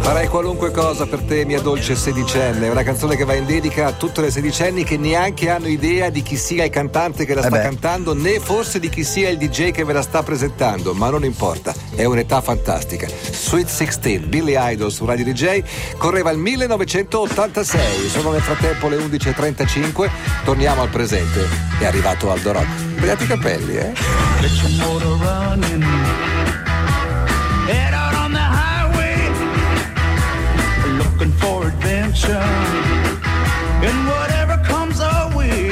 Farei qualunque cosa per te, mia dolce sedicenne. È una canzone che va in dedica a tutte le sedicenni che neanche hanno idea di chi sia il cantante che la sta cantando, né forse di chi sia il DJ che ve la sta presentando, ma non importa, è un'età fantastica. Sweet 16, Billy Idol su Radio DJ, correva il 1986. Sono nel frattempo le 11.35, torniamo al presente. È arrivato Aldo Rock. Tagliate i capelli, Let your motor running. Head out on the highway, looking for adventure, and whatever comes our way.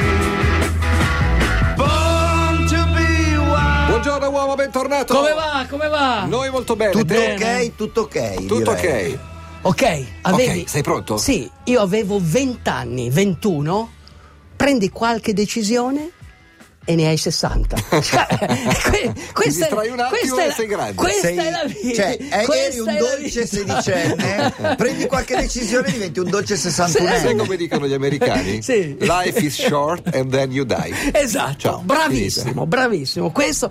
Born to be wild. Buongiorno uomo, bentornato. Come va? Noi molto bene. Tutto te? ok, tutto ok. Tutto direi. ok. Ok, sei pronto? Sì, io avevo 20 anni, 21, prendi qualche decisione e ne hai 60. Questa distrai un attimo e sei grande. Questa è la vita. Cioè, eri un dolce sedicenne, prendi qualche decisione e diventi un dolce sessantenne. Sai come dicono gli americani? Sì. Life is short and then you die. Esatto. Ciao. Bravissimo. Questo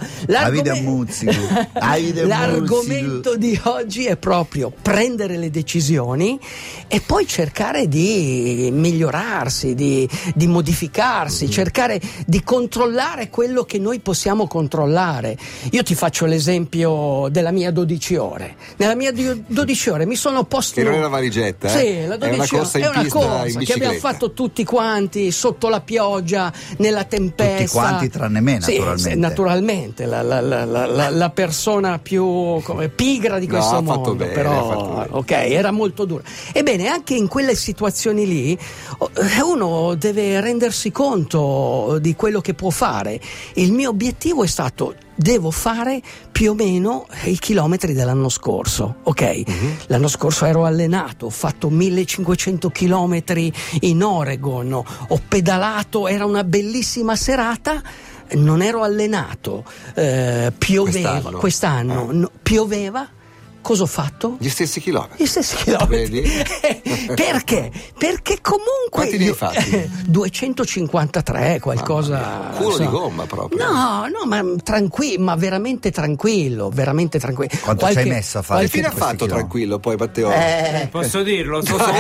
l'argomento di oggi è proprio prendere le decisioni e poi cercare di migliorarsi, di modificarsi, cercare di controllare quello che noi possiamo controllare. Io ti faccio l'esempio della mia 12 ore. Nella mia 12 ore mi sono posto. Che non è una valigetta, Sì, la 12 è una corsa in pista in che abbiamo fatto tutti quanti sotto la pioggia, nella tempesta. Tutti quanti tranne me, naturalmente. Sì, naturalmente, la persona più pigra di questo mondo. Fatto bene, però ok, era molto dura. Ebbene, anche in quelle situazioni lì uno deve rendersi conto di quello che può fare. Il mio obiettivo è stato: devo fare più o meno i chilometri dell'anno scorso, ok? L'anno scorso ero allenato, ho fatto 1500 chilometri in Oregon, ho pedalato, era una bellissima serata. Non ero allenato, pioveva quest'anno pioveva. Cosa ho fatto? Gli stessi chilometri. Vedi? Perché? Perché comunque. Quanti ne hai fatti? 253, qualcosa. Culo di gomma proprio. No, ma tranquillo, ma veramente tranquillo. Quanto ci hai messo a fare? Che fine ha fatto tranquillo poi Matteo? Posso dirlo?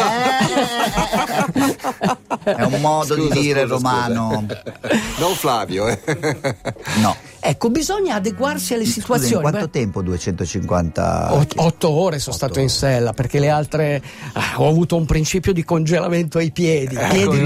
È un modo di dire romano. Non Flavio. No. Ecco, bisogna adeguarsi alle situazioni. In quanto tempo 250? 8 ore sono stato in sella, perché le altre ho avuto un principio di congelamento ai piedi. Piedi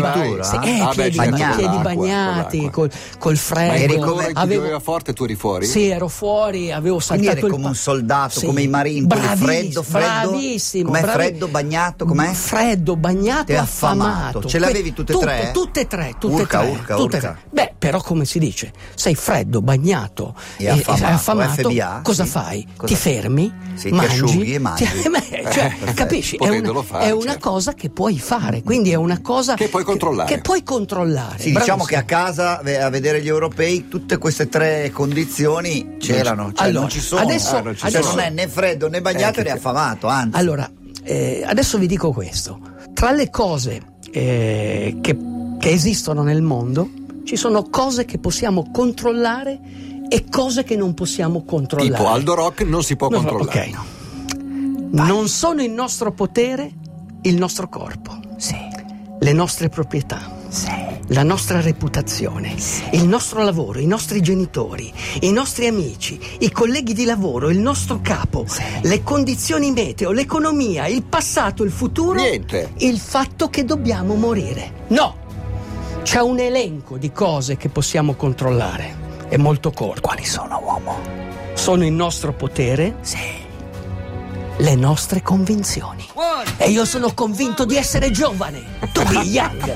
bagnati, col freddo. Pioveva forte, tu eri fuori? Sì, ero fuori, avevo saltato. Quindi eri come un soldato, come i marini, freddo. Bravissimo. Com'è freddo, bagnato, com'è? Freddo, bagnato e affamato. Ce l'avevi tutte e tre? Tutte e tre. Urca. Beh, però come si dice, sei freddo, bagnato e affamato, FBA, cosa sì. fai? Ti fermi, sì, mangi, ti asciughi e mangi. Capisci? È una cosa che puoi fare, quindi è una cosa che puoi controllare. Sì, diciamo che a casa a vedere gli europei tutte queste tre condizioni c'erano, cioè allora, non ci sono. Adesso non è né freddo né bagnato né affamato, anzi. Allora, adesso vi dico questo: tra le cose che esistono nel mondo ci sono cose che possiamo controllare e cose che non possiamo controllare. Tipo Aldo Rock non si può controllare. Non sono in nostro potere il nostro corpo, le nostre proprietà, la nostra reputazione, il nostro lavoro, i nostri genitori, i nostri amici, i colleghi di lavoro, il nostro capo, le condizioni meteo, l'economia, il passato, il futuro. Niente. Il fatto che dobbiamo morire. No! C'è un elenco di cose che possiamo controllare. È molto corto. Quali sono, uomo? Sono in nostro potere? Le nostre convinzioni. E io sono convinto di essere giovane. To be young.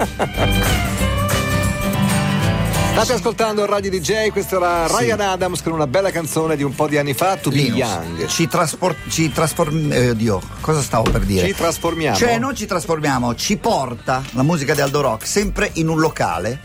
State ascoltando Radio DJ, questo era Ryan Adams con una bella canzone di un po' di anni fa, To Be Young. Oddio, cosa stavo per dire? Ci trasformiamo. Cioè non ci trasformiamo, ci porta la musica di Aldo Rock sempre in un locale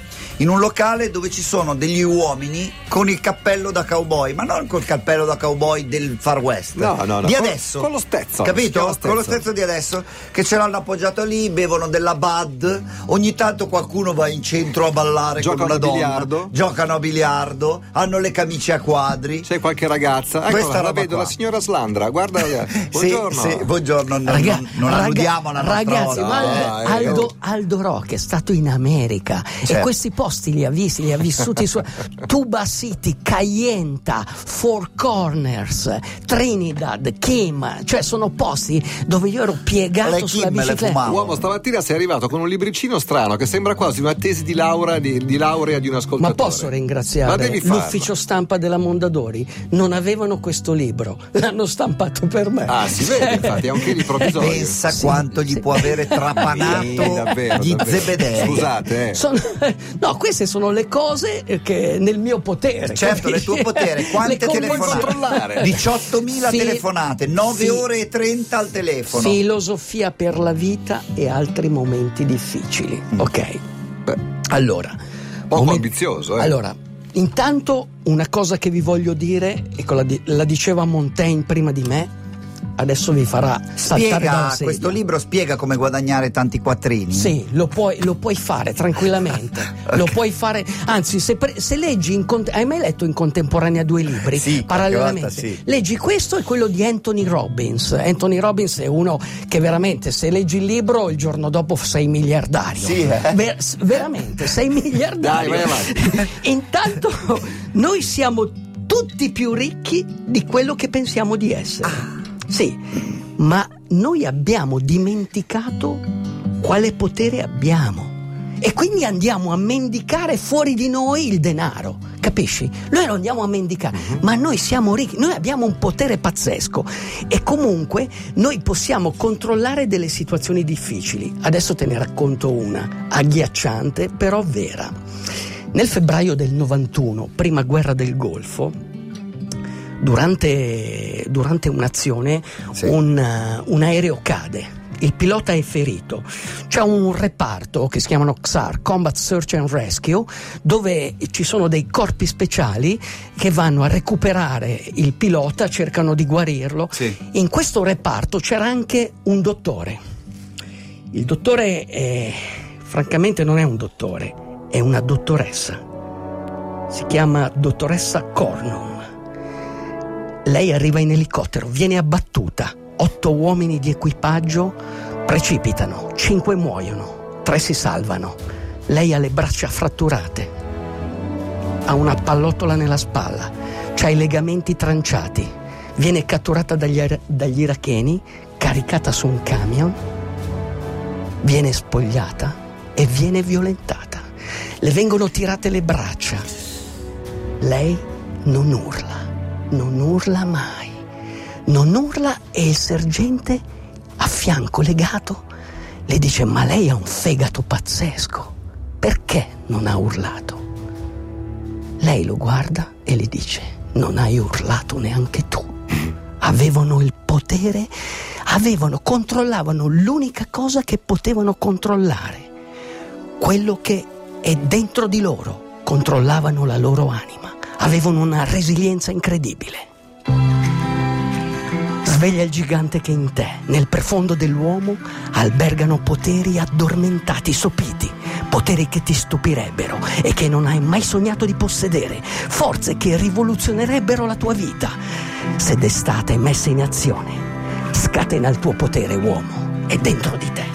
in un locale dove ci sono degli uomini con il cappello da cowboy, ma non col cappello da cowboy del Far West, no, di adesso, con lo Stetson, capito? Con lo Stetson di adesso, che ce l'hanno appoggiato lì, bevono della Bud, ogni tanto qualcuno va in centro a ballare, giocano con una donna, biliardo. Giocano a biliardo, hanno le camicie a quadri. C'è qualche ragazza, eccola, la vedo, la signora Slandra, guarda, buongiorno. Sì, buongiorno, non alludiamo alla nostra ragazzi, ora. ma Aldo Rock è stato in America, certo, e questi posti li ha vissuti su Tuba City, Kayenta, Four Corners, Trinidad, Kim, cioè sono posti dove io ero piegato sulla bicicletta. Uomo, stamattina sei arrivato con un libricino strano che sembra quasi una tesi di laurea di un ascoltatore. Ma posso ringraziare l'ufficio stampa della Mondadori? Non avevano questo libro, l'hanno stampato per me. Ah, si vede, infatti, è un chili provvisorio. Pensa quanto gli può avere trapanato davvero. Zebedei. Scusate, no, queste sono le cose che nel mio potere. Certo, nel tuo potere. Quante telefonate? 18.000 telefonate, 9 ore e 30 al telefono. Filosofia per la vita e altri momenti difficili. Ok. Beh, allora, poco ambizioso, Allora, intanto una cosa che vi voglio dire, ecco, la diceva Montaigne prima di me, adesso vi farà saltare dalla sedia. Questo libro spiega come guadagnare tanti quattrini. Sì, lo puoi fare tranquillamente. Okay. Lo puoi fare, anzi, se leggi hai mai letto in contemporanea 2 libri? Sì, parallelamente. Sì. Leggi questo e quello di Anthony Robbins. Anthony Robbins è uno che veramente, se leggi il libro, il giorno dopo sei miliardario. Sì, veramente, sei miliardario. Dai, vai avanti. Intanto noi siamo tutti più ricchi di quello che pensiamo di essere. Sì, ma noi abbiamo dimenticato quale potere abbiamo e quindi andiamo a mendicare fuori di noi il denaro, capisci? Noi lo andiamo a mendicare, ma noi siamo ricchi, noi abbiamo un potere pazzesco e comunque noi possiamo controllare delle situazioni difficili. Adesso te ne racconto una, agghiacciante però vera. Nel febbraio del 91, prima guerra del Golfo, durante un'azione, sì, un aereo cade, il pilota è ferito, c'è un reparto che si chiamano XAR, Combat Search and Rescue, dove ci sono dei corpi speciali che vanno a recuperare il pilota, cercano di guarirlo. Sì. In questo reparto c'era anche un dottore. Il dottore francamente non è un dottore, è una dottoressa, si chiama dottoressa Cornum. Lei arriva in elicottero, viene abbattuta, 8 uomini di equipaggio precipitano, 5 muoiono, 3 si salvano. Lei ha le braccia fratturate, ha una pallottola nella spalla, c'ha i legamenti tranciati, viene catturata dagli iracheni, caricata su un camion, viene spogliata e viene violentata. Le vengono tirate le braccia. Lei non urla mai, non urla, e il sergente a fianco legato le dice: ma lei ha un fegato pazzesco, perché non ha urlato? Lei lo guarda e le dice: non hai urlato neanche tu. Avevano il potere, controllavano l'unica cosa che potevano controllare, quello che è dentro di loro, controllavano la loro anima, avevano una resilienza incredibile. Sveglia il gigante che in te, nel profondo dell'uomo, albergano poteri addormentati, sopiti, poteri che ti stupirebbero e che non hai mai sognato di possedere, forze che rivoluzionerebbero la tua vita. Se destate e messe in azione, scatena il tuo potere, uomo, è dentro di te.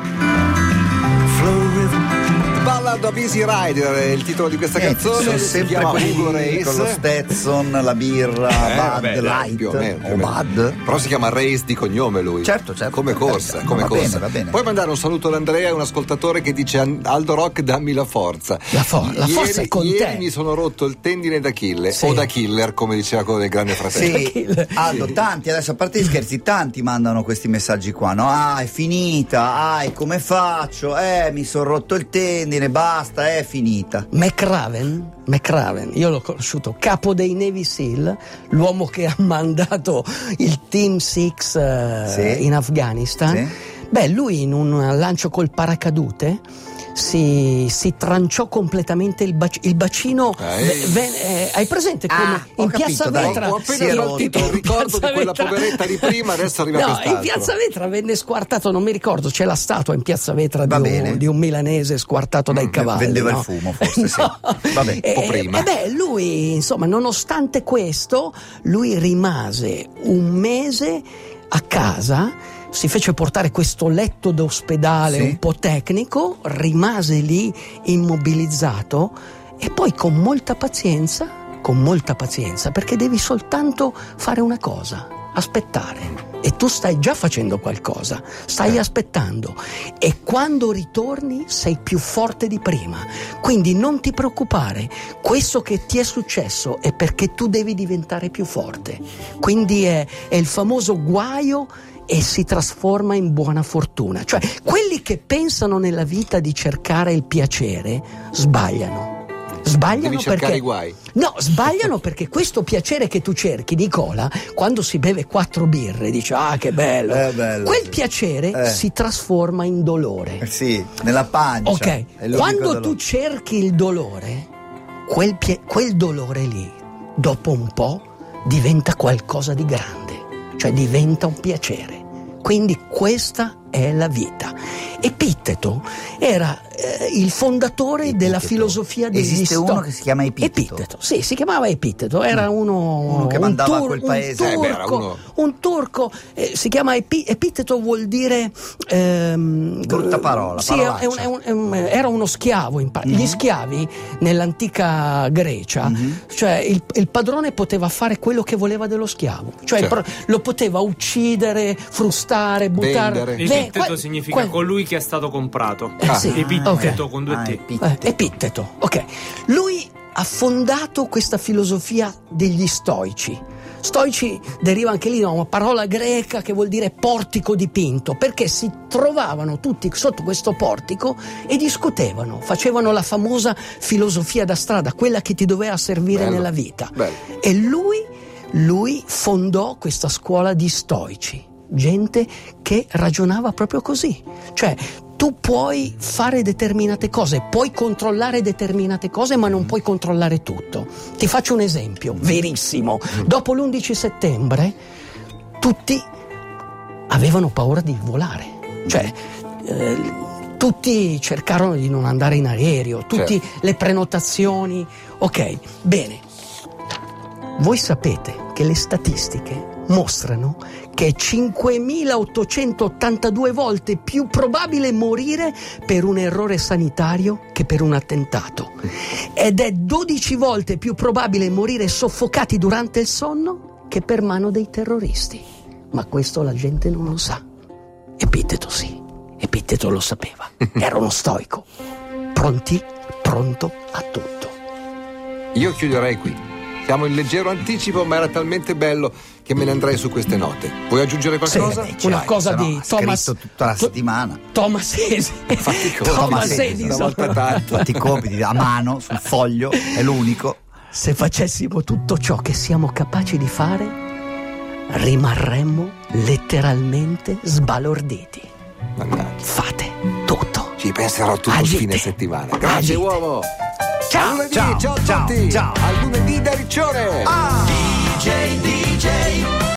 Ballad of Easy Rider è il titolo di questa canzone. Sono sempre quelli con lo Stetson, la birra, Bud Light più o meno. Bud. Però si chiama Race di cognome lui. Certo. Come corsa, come corsa. Bene. Puoi mandare un saluto ad Andrea, un ascoltatore che dice: Aldo Rock, dammi la forza. La forza è con te. Ieri mi sono rotto il tendine d'Achille, sì, o da killer, come diceva quello del Grande Fratello. Sì, Aldo, tanti, adesso a parte gli scherzi, tanti mandano questi messaggi qua, no? È finita, come faccio? Mi sono rotto il tendine, basta, è finita. McRaven, io l'ho conosciuto, capo dei Navy SEAL, l'uomo che ha mandato il Team 6 in Afghanistan. Sì. Beh, lui in un lancio col paracadute si tranciò completamente il bacino. Hai presente come in Piazza Vetra? Ho appena partito il ricordo di quella poveretta di prima, adesso arriva quest'altro. In Piazza Vetra venne squartato, non mi ricordo, c'è la statua in Piazza Vetra di un milanese squartato dai cavalli. Vendeva il fumo, forse. Sì. Vabbè, un po' prima. Lui, insomma, nonostante questo, lui rimase un mese a casa, si fece portare questo letto d'ospedale un po' tecnico, rimase lì immobilizzato e poi con molta pazienza, perché devi soltanto fare una cosa, aspettare. E tu stai già facendo qualcosa, stai aspettando, e quando ritorni sei più forte di prima. Quindi non ti preoccupare, questo che ti è successo è perché tu devi diventare più forte. Quindi è il famoso guaio e si trasforma in buona fortuna. Cioè, quelli che pensano nella vita di cercare il piacere sbagliano. Devi cercare i guai. No, sbagliano perché questo piacere che tu cerchi, Nicola, quando si beve 4 birre, dici che bello. Quel piacere si trasforma in dolore. Sì, nella pancia. Ok, quando tu cerchi il dolore, quel dolore lì, dopo un po', diventa qualcosa di grande, cioè diventa un piacere. Quindi questa è la vita. Epitteto era il fondatore della filosofia degli Esiste uno che si chiama Epitteto? Sì, si chiamava Epitteto, era uno che mandava a quel paese. Un turco, si chiama Epitteto, vuol dire brutta parola. Sì, era uno schiavo. Gli schiavi nell'antica Grecia, cioè il padrone poteva fare quello che voleva dello schiavo, cioè lo poteva uccidere, frustare, buttare. Epitteto significa colui che è stato comprato. Epitteto con 2 T. Epitteto, ok. Lui ha fondato questa filosofia degli stoici. Stoici deriva anche lì da una parola greca che vuol dire portico dipinto, perché si trovavano tutti sotto questo portico e discutevano, facevano la famosa filosofia da strada, quella che ti doveva servire nella vita. E lui fondò questa scuola di stoici, gente che ragionava proprio così, cioè tu puoi fare determinate cose, puoi controllare determinate cose, ma non puoi controllare tutto. Ti faccio un esempio verissimo. Dopo l'11 settembre tutti avevano paura di volare, cioè tutti cercarono di non andare in aereo, tutte le prenotazioni. Ok, bene. Voi sapete che le statistiche mostrano che è 5.882 volte più probabile morire per un errore sanitario che per un attentato, ed è 12 volte più probabile morire soffocati durante il sonno che per mano dei terroristi. Ma questo la gente non lo sa. Epitteto Epitteto lo sapeva, era uno stoico, pronto a tutto. Io chiuderei qui. Siamo in leggero anticipo, ma era talmente bello che me ne andrei su queste note. Vuoi aggiungere qualcosa? Una cosa di Thomas. Scritto tutta la settimana. Thomas Edison. Fatti compiti a mano sul foglio, è l'unico. Se facessimo tutto ciò che siamo capaci di fare, rimarremmo letteralmente sbalorditi. Mannaggia. Fate tutto. Ci penserò tutto il fine settimana. Grazie, uomo. Ciao, ciao a tutti. Al lunedì da Riccione. DJ